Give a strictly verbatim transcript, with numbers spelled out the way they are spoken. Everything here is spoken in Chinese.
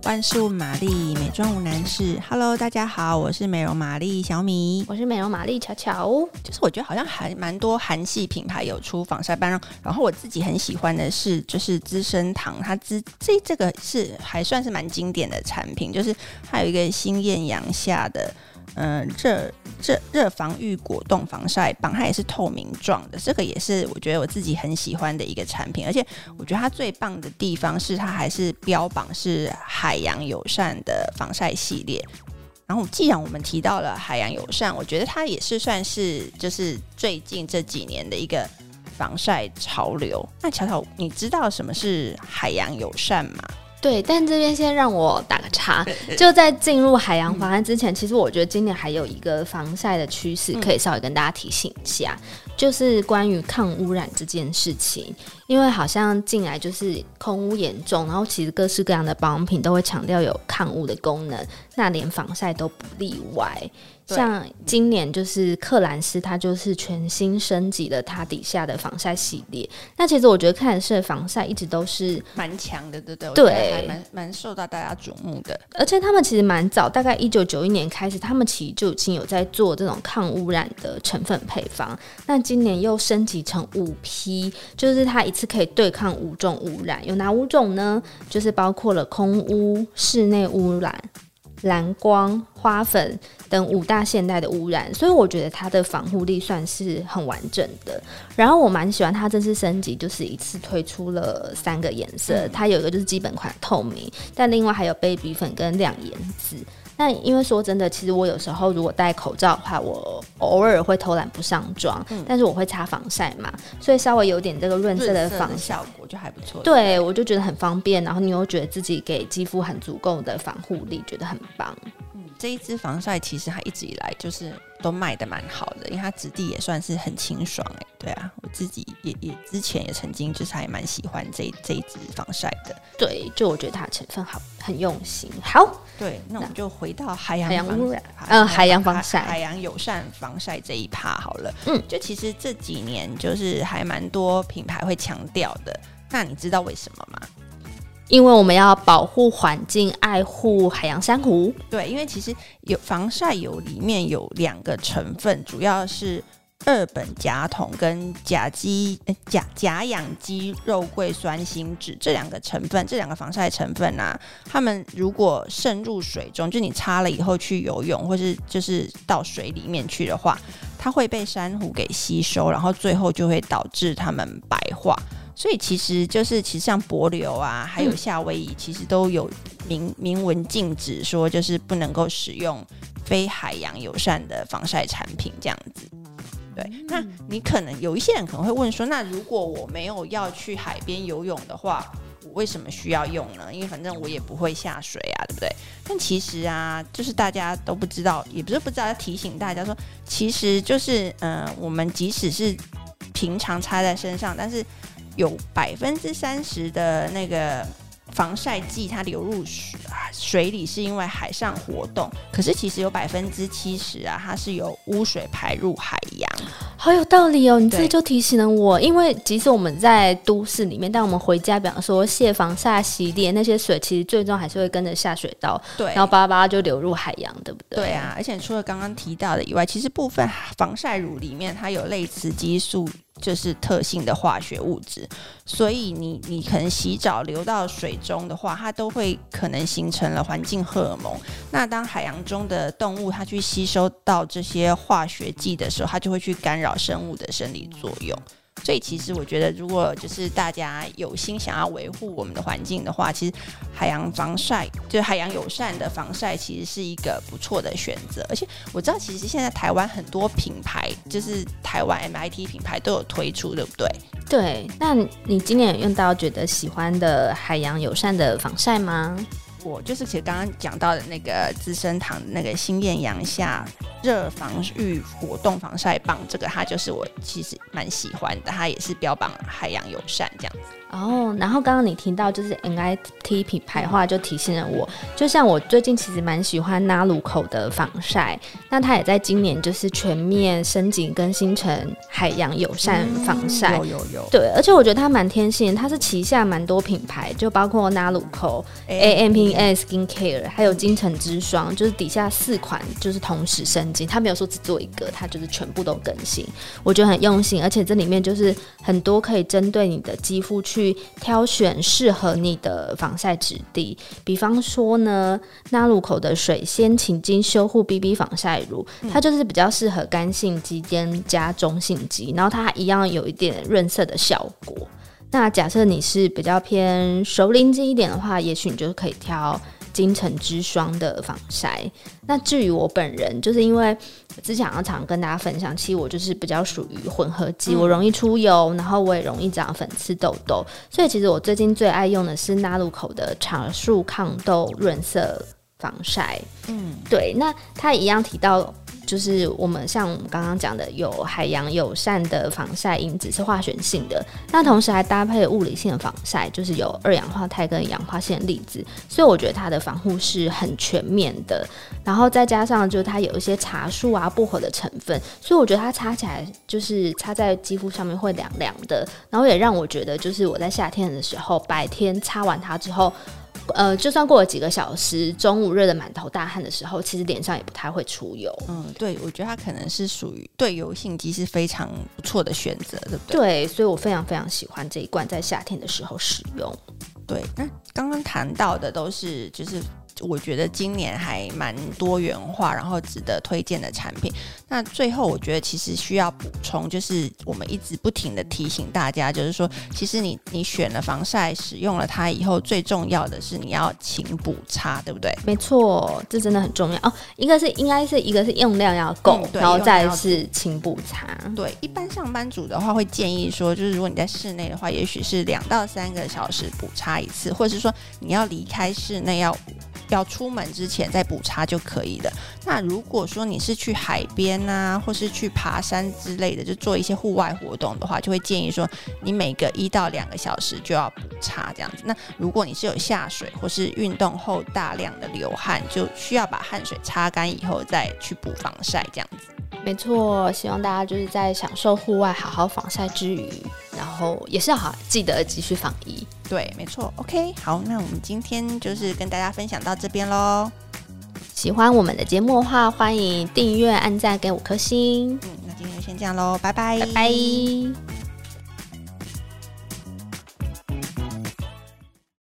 万事问玛丽，美妆无难事。Hello， 大家好，我是美容玛丽小米， 我是美容玛丽巧巧。 就是我觉得好像还蛮多韩系品牌有出防晒斑，然后我自己很喜欢的是，就是资生堂，它资这这个是还算是蛮经典的产品，就是它有一个新艳阳下的。嗯，热热热防御果冻防晒棒，它也是透明状的，这个也是我觉得我自己很喜欢的一个产品，而且我觉得它最棒的地方是它还是标榜是海洋友善的防晒系列。然后既然我们提到了海洋友善，我觉得它也是算是就是最近这几年的一个防晒潮流。那巧巧，你知道什么是海洋友善吗？ 对，但这边先让我打个岔，就在进入海洋防晒之前、嗯、其实我觉得今年还有一个防晒的趋势可以稍微跟大家提醒一下、嗯、就是关于抗污染这件事情。因为好像进来就是空污严重，然后其实各式各样的保养品都会强调有抗污的功能，那连防晒都不例外。像今年就是克兰斯，它就是全新升级了它底下的防晒系列。那其实我觉得克兰斯的防晒一直都是蛮强的，对不对？ 对， 我觉得还蛮蛮受到大家瞩目的。 而且他们其实蛮早，大概一九九一年开始，他们其实就已经有在做这种抗污染的成分配方。那今年又升级成五批，就是它一次可以对抗五种污染。有哪五种呢？就是包括了空污、室内污染、蓝光、花粉等五大现代的污染，所以我觉得它的防护力算是很完整的。然后我蛮喜欢它这次升级，就是一次推出了三个颜色、嗯、它有一个就是基本款透明，但另外还有 baby 粉跟亮颜紫。那因为说真的，其实我有时候如果戴口罩的话，我偶尔会偷懒不上妆、嗯、但是我会擦防晒嘛，所以稍微有点这个润色的防晒效果就还不错。 对，我就觉得很方便，然后你又觉得自己给肌肤很足够的防护力，觉得很棒。 嗯，这一支防晒其实它一直以来就是都卖的蛮好的，因为它质地也算是很清爽哎。对啊，我自己也也之前也曾经就是还蛮喜欢这这一支防晒的。 对，就我觉得它的成分好很用心。好， 对，那我们就回到海洋海洋污染，嗯，海洋防晒、 海洋友善防晒这一趴好了。嗯，就其实这几年就是还蛮多品牌会强调的，那你知道为什么吗？ 因为我们要保护环境，爱护海洋珊瑚。 对，因为其实有防晒油里面有两个成分，主要是二苯甲酮跟甲基甲甲氧基肉桂酸锌酯这两个成分，这两个防晒成分啊，它们如果渗入水中，就你擦了以后去游泳，或是就是到水里面去的话，它会被珊瑚给吸收，然后最后就会导致它们白化。所以其实就是其实像帛琉啊还有夏威夷、嗯、其实都有明明文禁止说就是不能够使用非海洋友善的防晒产品这样子。对，那你可能有一些人可能会问说，那如果我没有要去海边游泳的话，我为什么需要用呢？因为反正我也不会下水啊，对不对？但其实啊，就是大家都不知道，也不是不知道，要提醒大家说，其实就是呃，我们即使是平常擦在身上，但是有百分之三十的那个防晒剂它流入水水里是因为海上活动，可是其实有百分之七十啊，它是由污水排入海洋。 好有道理哦，你这就提醒了我，因为即使我们在都市里面，但我们回家比方说卸防晒洗脸那些水，其实最终还是会跟着下水道，对，然后巴拉巴拉就流入海洋，对不对？ 对啊，而且除了刚刚提到的以外，其实部分防晒乳里面它有类雌激素就是特性的化学物质，所以你你可能洗澡流到水中的话，它都会可能形成了环境荷尔蒙。那当海洋中的动物它去吸收到这些化学剂的时候，它就会去干扰生物的生理作用。所以其实我觉得，如果就是大家有心想要维护我们的环境的话，其实海洋防晒就是海洋友善的防晒其实是一个不错的选择。而且我知道其实现在台湾很多品牌，就是台湾 M I T 品牌都有推出，对不对？ 对，那你今年有用到觉得喜欢的海洋友善的防晒吗？ 我就是其实刚刚讲到的那个资生堂的那个新艳阳下热防御果冻防晒棒，这个它就是我其实蛮喜欢的，它也是标榜海洋友善这样子。 哦，然后刚刚你提到就是 N I T 品牌化，就提醒了我，就像我最近其实蛮喜欢 Naluco 的防晒，那它也在今年就是全面升级更新成海洋友善防晒、嗯、 有有有， 对，而且我觉得它蛮贴心，它是旗下蛮多品牌，就包括 Naluco、A M P S Skincare 还有金城之霜，就是底下四款就是同时升级，它没有说只做一个，它就是全部都更新，我觉得很用心，而且这里面就是很多可以针对你的肌肤去挑选适合你的防晒质地，比方说呢 Naluco 的水仙情精修护 B B 防晒乳，它就是比较适合干性肌跟加中性肌，然后它一样有一点润色的效果。那假设你是比较偏熟龄肌一点的话，也许你就可以挑金城之霜的防晒。那至于我本人，就是因为之前常常跟大家分享，其实我就是比较属于混合肌、嗯、我容易出油，然后我也容易长粉刺痘痘，所以其实我最近最爱用的是 Naluco 的茶树抗痘润色防晒。嗯，对，那它一样提到就是我们像我们刚刚讲的有海洋友善的防晒因子是化学性的，那同时还搭配物理性的防晒，就是有二氧化钛跟氧化锌粒子，所以我觉得它的防护是很全面的，然后再加上就是它有一些茶树啊薄荷的成分，所以我觉得它擦起来就是擦在肌肤上面会凉凉的，然后也让我觉得就是我在夏天的时候白天擦完它之后呃，就算过了几个小时，中午热得满头大汗的时候，其实脸上也不太会出油。 嗯，对，我觉得它可能是属于对油性肌是非常不错的选择，对不对？ 对，所以我非常非常喜欢这一罐在夏天的时候使用。 对，那刚刚谈到的都是就是我觉得今年还蛮多元化，然后值得推荐的产品。那最后我觉得其实需要补充，就是我们一直不停的提醒大家，就是说其实你你选了防晒，使用了它以后，最重要的是你要勤补擦，对不对？ 没错，这真的很重要哦。一个是应该是一个是用量要够、嗯，然后再是勤补擦。 对，一般上班族的话会建议说，就是如果你在室内的话，也许是两到三个小时补擦一次，或者是说你要离开室内要要出门之前再补擦就可以了。那如果说你是去海边啊，或是去爬山之类的，就做一些户外活动的话，就会建议说你每个一到两个小时就要补擦这样子。那如果你是有下水或是运动后大量的流汗，就需要把汗水擦干以后再去补防晒这样子。 没错，希望大家就是在享受户外好好防晒之余，然后也是要好记得继续防疫。 对，没错。 OK， 好，那我们今天就是跟大家分享到这边咯。 喜欢我们的节目的话，欢迎订阅按赞给五颗星。 嗯，那今天就先这样咯，拜拜拜拜。